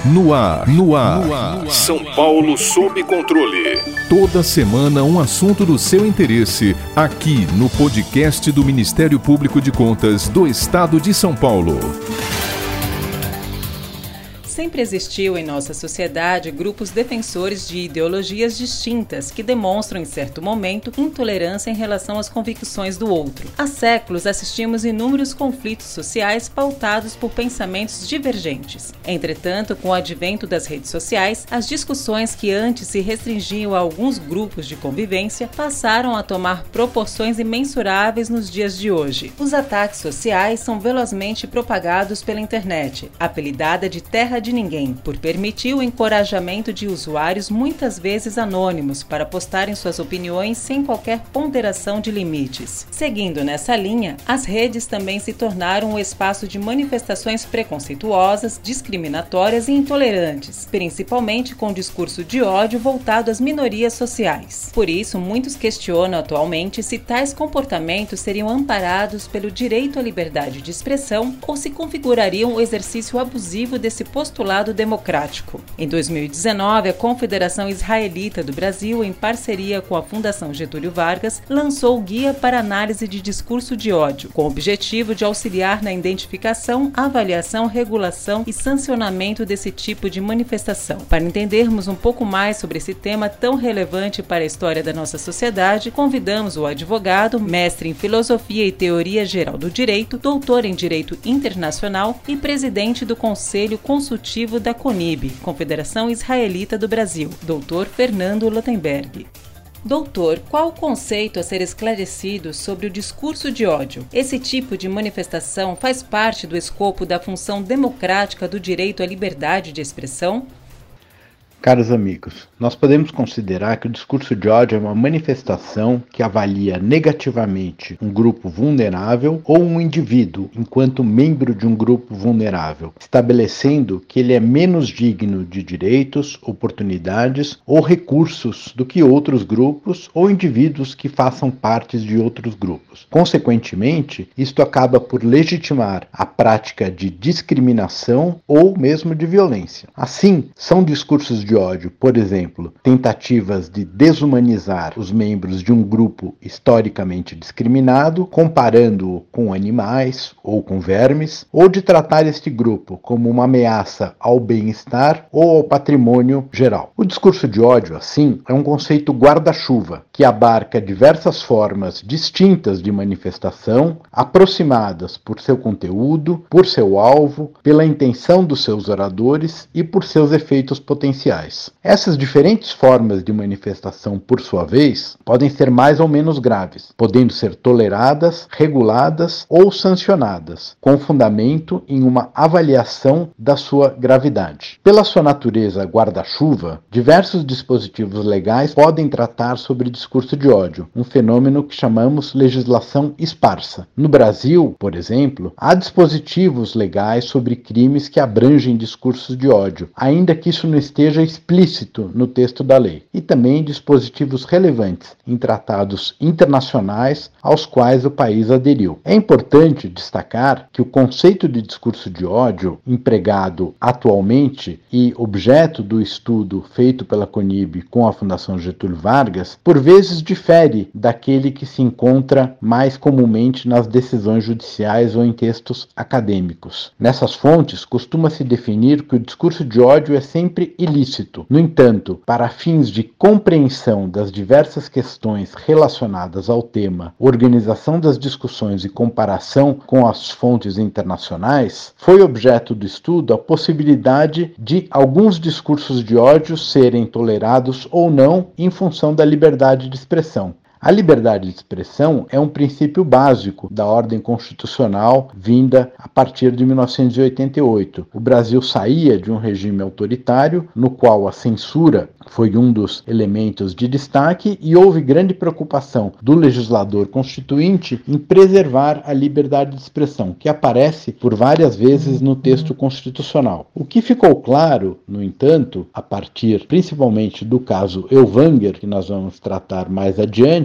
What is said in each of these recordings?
No ar. São Paulo sob controle. Toda semana um assunto do seu interesse, aqui no podcast do Ministério Público de Contas do Estado de São Paulo. Sempre existiu em nossa sociedade grupos defensores de ideologias distintas que demonstram, em certo momento, intolerância em relação às convicções do outro. Há séculos assistimos inúmeros conflitos sociais pautados por pensamentos divergentes. Entretanto, com o advento das redes sociais, as discussões que antes se restringiam a alguns grupos de convivência passaram a tomar proporções imensuráveis nos dias de hoje. Os ataques sociais são velozmente propagados pela internet, apelidada de terra de ninguém, por permitir o encorajamento de usuários muitas vezes anônimos para postarem suas opiniões sem qualquer ponderação de limites. Seguindo nessa linha, as redes também se tornaram um espaço de manifestações preconceituosas, discriminatórias e intolerantes, principalmente com discurso de ódio voltado às minorias sociais. Por isso, muitos questionam atualmente se tais comportamentos seriam amparados pelo direito à liberdade de expressão ou se configurariam o exercício abusivo desse postulado democrático. Em 2019, a Confederação Israelita do Brasil, em parceria com a Fundação Getúlio Vargas, lançou o Guia para Análise de Discurso de Ódio, com o objetivo de auxiliar na identificação, avaliação, regulação e sancionamento desse tipo de manifestação. Para entendermos um pouco mais sobre esse tema tão relevante para a história da nossa sociedade, convidamos o advogado, mestre em Filosofia e Teoria Geral do Direito, doutor em Direito Internacional e presidente do Conselho Consultivo da CONIB, Confederação Israelita do Brasil, Dr. Fernando Lottenberg. Doutor, qual o conceito a ser esclarecido sobre o discurso de ódio? Esse tipo de manifestação faz parte do escopo da função democrática do direito à liberdade de expressão? Caros amigos, nós podemos considerar que o discurso de ódio é uma manifestação que avalia negativamente um grupo vulnerável ou um indivíduo enquanto membro de um grupo vulnerável, estabelecendo que ele é menos digno de direitos, oportunidades ou recursos do que outros grupos ou indivíduos que façam parte de outros grupos. Consequentemente, isto acaba por legitimar a prática de discriminação ou mesmo de violência. Assim, são discursos de ódio, por exemplo, tentativas de desumanizar os membros de um grupo historicamente discriminado, comparando-o com animais ou com vermes, ou de tratar este grupo como uma ameaça ao bem-estar ou ao patrimônio geral. O discurso de ódio, assim, é um conceito guarda-chuva que abarca diversas formas distintas de manifestação, aproximadas por seu conteúdo, por seu alvo, pela intenção dos seus oradores e por seus efeitos potenciais. Essas diferentes formas de manifestação, por sua vez, podem ser mais ou menos graves, podendo ser toleradas, reguladas ou sancionadas, com fundamento em uma avaliação da sua gravidade. Pela sua natureza guarda-chuva, diversos dispositivos legais podem tratar sobre discurso de ódio, um fenômeno que chamamos legislação esparsa. No Brasil, por exemplo, há dispositivos legais sobre crimes que abrangem discursos de ódio, ainda que isso não esteja explícito no texto da lei, e também dispositivos relevantes em tratados internacionais aos quais o país aderiu. É importante destacar que o conceito de discurso de ódio, empregado atualmente e objeto do estudo feito pela CONIB com a Fundação Getúlio Vargas, por vezes difere daquele que se encontra mais comumente nas decisões judiciais ou em textos acadêmicos. Nessas fontes, costuma-se definir que o discurso de ódio é sempre ilícito. No entanto, para fins de compreensão das diversas questões relacionadas ao tema, organização das discussões e comparação com as fontes internacionais, foi objeto do estudo a possibilidade de alguns discursos de ódio serem tolerados ou não em função da liberdade de expressão. A liberdade de expressão é um princípio básico da ordem constitucional vinda a partir de 1988. O Brasil saía de um regime autoritário, no qual a censura foi um dos elementos de destaque, e houve grande preocupação do legislador constituinte em preservar a liberdade de expressão, que aparece por várias vezes no texto constitucional. O que ficou claro, no entanto, a partir principalmente do caso Elvanger, que nós vamos tratar mais adiante,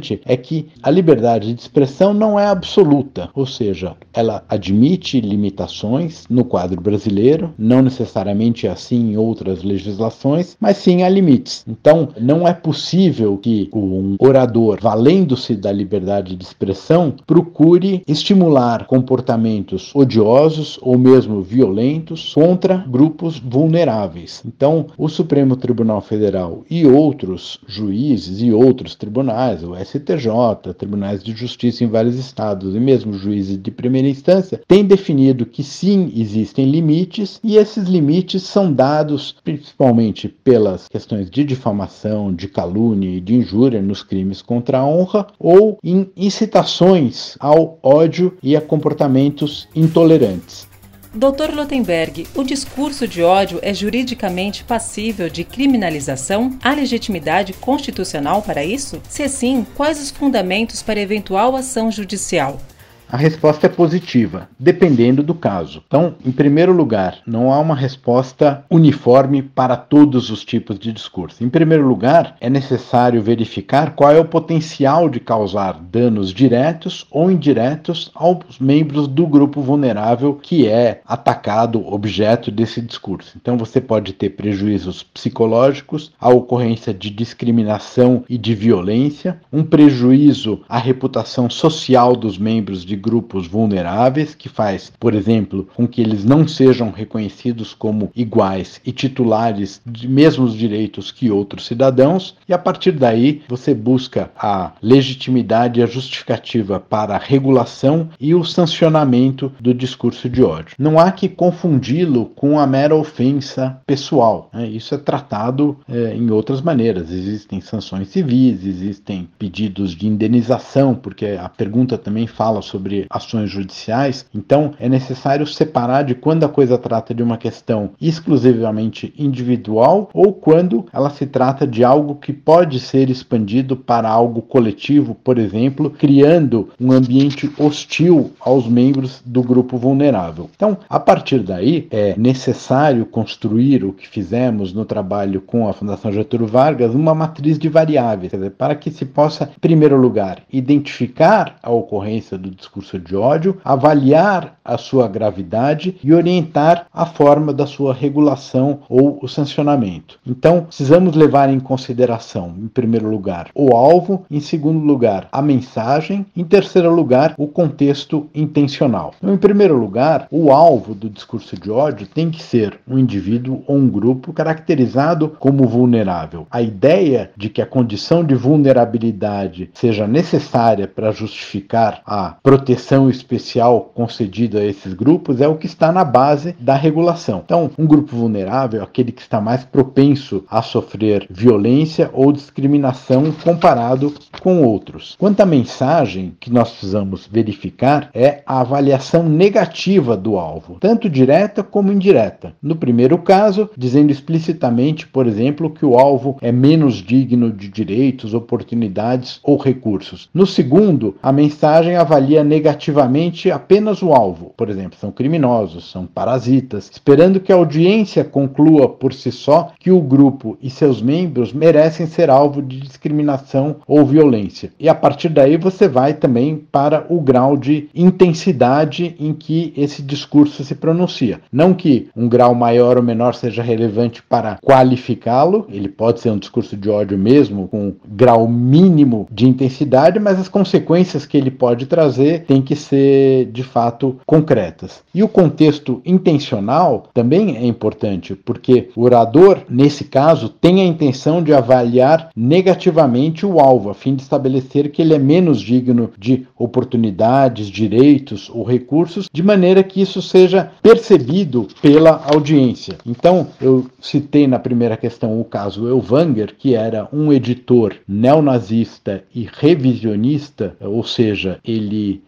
importante é que a liberdade de expressão não é absoluta, ou seja, ela admite limitações no quadro brasileiro, não necessariamente assim em outras legislações, mas sim há limites. Então, não é possível que um orador, valendo-se da liberdade de expressão, procure estimular comportamentos odiosos ou mesmo violentos contra grupos vulneráveis. Então, o Supremo Tribunal Federal e outros juízes e outros tribunais, o STJ, tribunais de justiça em vários estados e mesmo juízes de primeira instância, têm definido que sim, existem limites, e esses limites são dados principalmente pelas questões de difamação, de calúnia e de injúria nos crimes contra a honra ou em incitações ao ódio e a comportamentos intolerantes. Dr. Lotenberg, o discurso de ódio é juridicamente passível de criminalização? Há legitimidade constitucional para isso? Se sim, quais os fundamentos para eventual ação judicial? A resposta é positiva, dependendo do caso. Então, em primeiro lugar, não há uma resposta uniforme para todos os tipos de discurso. Em primeiro lugar, é necessário verificar qual é o potencial de causar danos diretos ou indiretos aos membros do grupo vulnerável que é atacado, objeto desse discurso. Então, você pode ter prejuízos psicológicos, a ocorrência de discriminação e de violência, um prejuízo à reputação social dos membros de grupos vulneráveis, que faz, por exemplo, com que eles não sejam reconhecidos como iguais e titulares de mesmos direitos que outros cidadãos, e a partir daí você busca a legitimidade e a justificativa para a regulação e o sancionamento do discurso de ódio. Não há que confundi-lo com a mera ofensa pessoal, né? Isso é tratado em outras maneiras. Existem sanções civis, existem pedidos de indenização, porque a pergunta também fala sobre ações judiciais. Então é necessário separar de quando a coisa trata de uma questão exclusivamente individual ou quando ela se trata de algo que pode ser expandido para algo coletivo, por exemplo, criando um ambiente hostil aos membros do grupo vulnerável. Então, a partir daí, é necessário construir o que fizemos no trabalho com a Fundação Getúlio Vargas, uma matriz de variáveis, quer dizer, para que se possa, em primeiro lugar, identificar a ocorrência do discurso de ódio, avaliar a sua gravidade e orientar a forma da sua regulação ou o sancionamento. Então, precisamos levar em consideração, em primeiro lugar, o alvo, em segundo lugar, a mensagem, em terceiro lugar, o contexto intencional. Então, em primeiro lugar, o alvo do discurso de ódio tem que ser um indivíduo ou um grupo caracterizado como vulnerável. A ideia de que a condição de vulnerabilidade seja necessária para justificar a proteção especial concedida a esses grupos é o que está na base da regulação. Então, um grupo vulnerável é aquele que está mais propenso a sofrer violência ou discriminação comparado com outros. Quanto à mensagem, que nós precisamos verificar é a avaliação negativa do alvo, tanto direta como indireta. No primeiro caso, dizendo explicitamente, por exemplo, que o alvo é menos digno de direitos, oportunidades ou recursos. No segundo, a mensagem avalia negativamente apenas o alvo. Por exemplo, são criminosos, são parasitas, esperando que a audiência conclua por si só que o grupo e seus membros merecem ser alvo de discriminação ou violência. E a partir daí você vai também para o grau de intensidade em que esse discurso se pronuncia. Não que um grau maior ou menor seja relevante para qualificá-lo, ele pode ser um discurso de ódio mesmo, com grau mínimo de intensidade, mas as consequências que ele pode trazer têm que ser, de fato, concretas. E o contexto intencional também é importante, porque o orador, nesse caso, tem a intenção de avaliar negativamente o alvo, a fim de estabelecer que ele é menos digno de oportunidades, direitos ou recursos, de maneira que isso seja percebido pela audiência. Então, eu citei na primeira questão o caso Elvanger, que era um editor neonazista e revisionista, ou seja, ele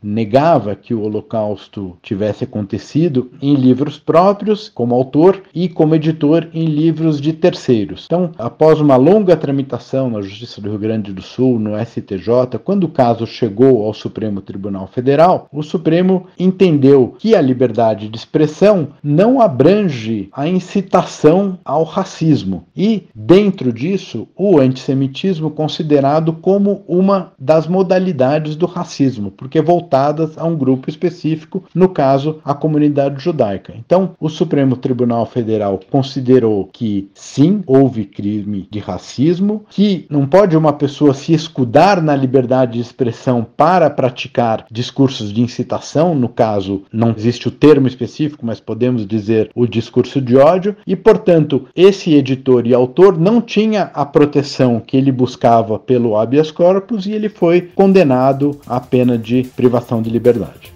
negava que o Holocausto tivesse acontecido em livros próprios, como autor, e como editor em livros de terceiros. Então, após uma longa tramitação na Justiça do Rio Grande do Sul, no STJ, quando o caso chegou ao Supremo Tribunal Federal, o Supremo entendeu que a liberdade de expressão não abrange a incitação ao racismo e, dentro disso, o antissemitismo considerado como uma das modalidades do racismo, porque voltadas a um grupo específico, no caso, a comunidade judaica. Então, o Supremo Tribunal Federal considerou que, sim, houve crime de racismo, que não pode uma pessoa se escudar na liberdade de expressão para praticar discursos de incitação, no caso, não existe o termo específico, mas podemos dizer o discurso de ódio, e, portanto, esse editor e autor não tinha a proteção que ele buscava pelo habeas corpus e ele foi condenado à pena de privação de liberdade.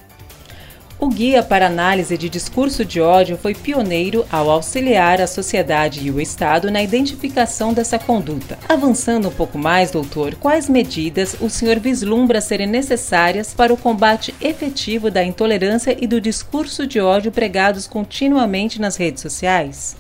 O Guia para Análise de Discurso de Ódio foi pioneiro ao auxiliar a sociedade e o Estado na identificação dessa conduta. Avançando um pouco mais, doutor, quais medidas o senhor vislumbra serem necessárias para o combate efetivo da intolerância e do discurso de ódio pregados continuamente nas redes sociais?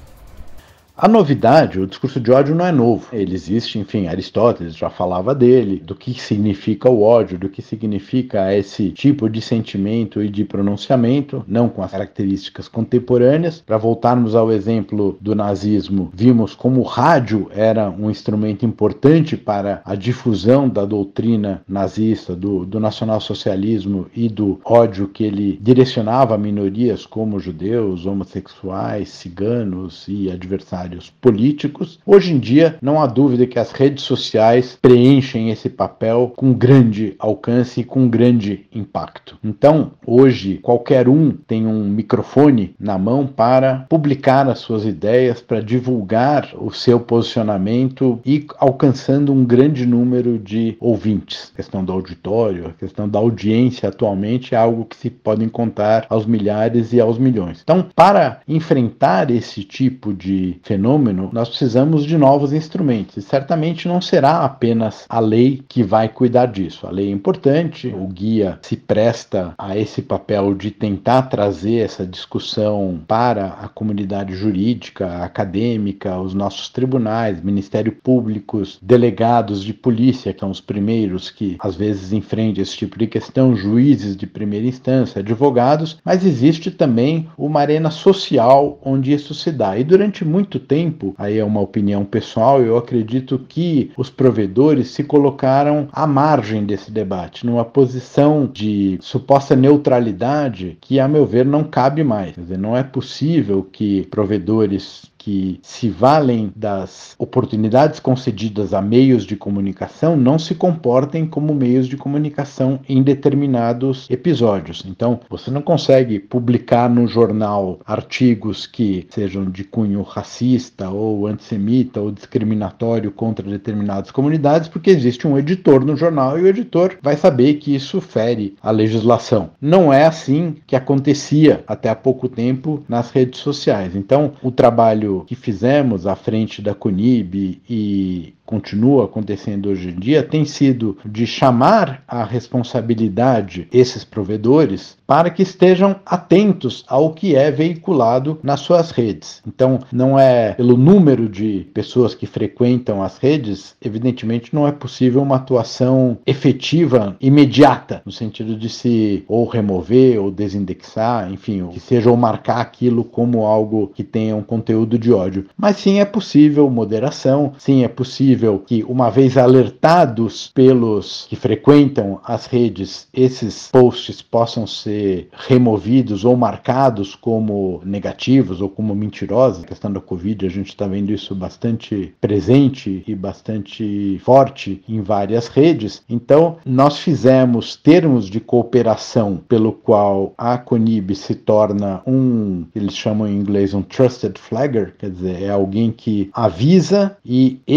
A novidade, o discurso de ódio não é novo. Ele existe, enfim, Aristóteles já falava dele, do que significa o ódio, do que significa esse tipo de sentimento e de pronunciamento, não com as características contemporâneas. Para voltarmos ao exemplo do nazismo, vimos como o rádio era um instrumento importante para a difusão da doutrina nazista, do nacionalsocialismo e do ódio que ele direcionava a minorias como judeus, homossexuais, ciganos e adversários políticos. Hoje em dia, não há dúvida que as redes sociais preenchem esse papel com grande alcance e com grande impacto. Então, hoje, qualquer um tem um microfone na mão para publicar as suas ideias, para divulgar o seu posicionamento e alcançando um grande número de ouvintes. A questão do auditório, a questão da audiência atualmente é algo que se podem contar aos milhares e aos milhões. Então, para enfrentar esse tipo de fenômeno, nós precisamos de novos instrumentos, e certamente não será apenas a lei que vai cuidar disso. A lei é importante, o guia se presta a esse papel de tentar trazer essa discussão para a comunidade jurídica, acadêmica, os nossos tribunais, Ministério Públicos, delegados de polícia, que são os primeiros que às vezes enfrentam esse tipo de questão, juízes de primeira instância, advogados, mas existe também uma arena social onde isso se dá. E durante muito tempo, aí é uma opinião pessoal, eu acredito que os provedores se colocaram à margem desse debate, numa posição de suposta neutralidade que, a meu ver, não cabe mais. Quer dizer, não é possível que provedores que se valem das oportunidades concedidas a meios de comunicação não se comportem como meios de comunicação em determinados episódios. Então, você não consegue publicar no jornal artigos que sejam de cunho racista ou antissemita ou discriminatório contra determinadas comunidades, porque existe um editor no jornal e o editor vai saber que isso fere a legislação. Não é assim que acontecia até há pouco tempo nas redes sociais. Então, o trabalho que fizemos à frente da CONIB e continua acontecendo hoje em dia, tem sido de chamar à responsabilidade esses provedores para que estejam atentos ao que é veiculado nas suas redes. Então, não é pelo número de pessoas que frequentam as redes, evidentemente não é possível uma atuação efetiva, imediata, no sentido de se ou remover ou desindexar, enfim, que seja ou marcar aquilo como algo que tenha um conteúdo de ódio. Mas sim é possível moderação, sim é possível que, uma vez alertados pelos que frequentam as redes, esses posts possam ser removidos ou marcados como negativos ou como mentirosos. A questão da Covid, a gente está vendo isso bastante presente e bastante forte em várias redes. Então, nós fizemos termos de cooperação pelo qual a CONIB se torna eles chamam em inglês um trusted flagger, quer dizer, é alguém que avisa, e esse aviso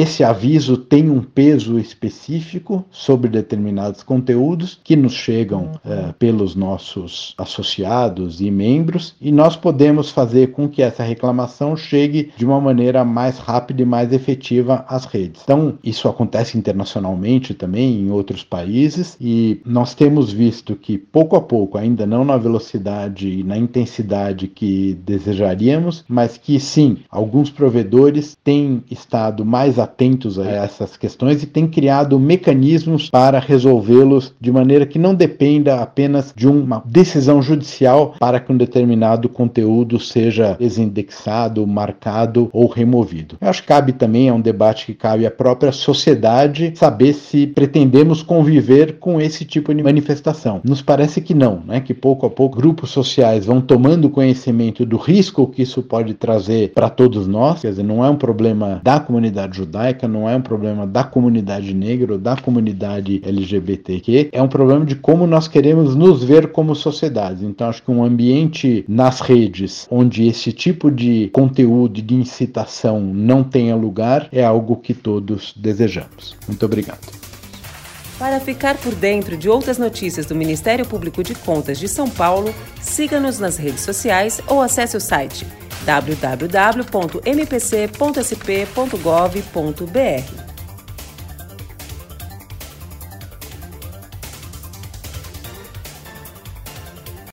aviso tem um peso específico sobre determinados conteúdos que nos chegam pelos nossos associados e membros, e nós podemos fazer com que essa reclamação chegue de uma maneira mais rápida e mais efetiva às redes. Então, isso acontece internacionalmente também, em outros países, e nós temos visto que, pouco a pouco, ainda não na velocidade e na intensidade que desejaríamos, mas que sim, alguns provedores têm estado mais atentos a essas questões e têm criado mecanismos para resolvê-los de maneira que não dependa apenas de uma decisão judicial para que um determinado conteúdo seja desindexado, marcado ou removido. Eu acho que cabe também, é um debate que cabe à própria sociedade saber se pretendemos conviver com esse tipo de manifestação. Nos parece que não, né? Que pouco a pouco grupos sociais vão tomando conhecimento do risco que isso pode trazer para todos nós, quer dizer, não é um problema da comunidade judaica, não é um problema da comunidade negra ou da comunidade LGBTQ, é um problema de como nós queremos nos ver como sociedade. Então acho que um ambiente nas redes onde esse tipo de conteúdo de incitação não tenha lugar é algo que todos desejamos. Muito obrigado. Para ficar por dentro de outras notícias do Ministério Público de Contas de São Paulo, siga-nos nas redes sociais ou acesse o site www.mpc.sp.gov.br.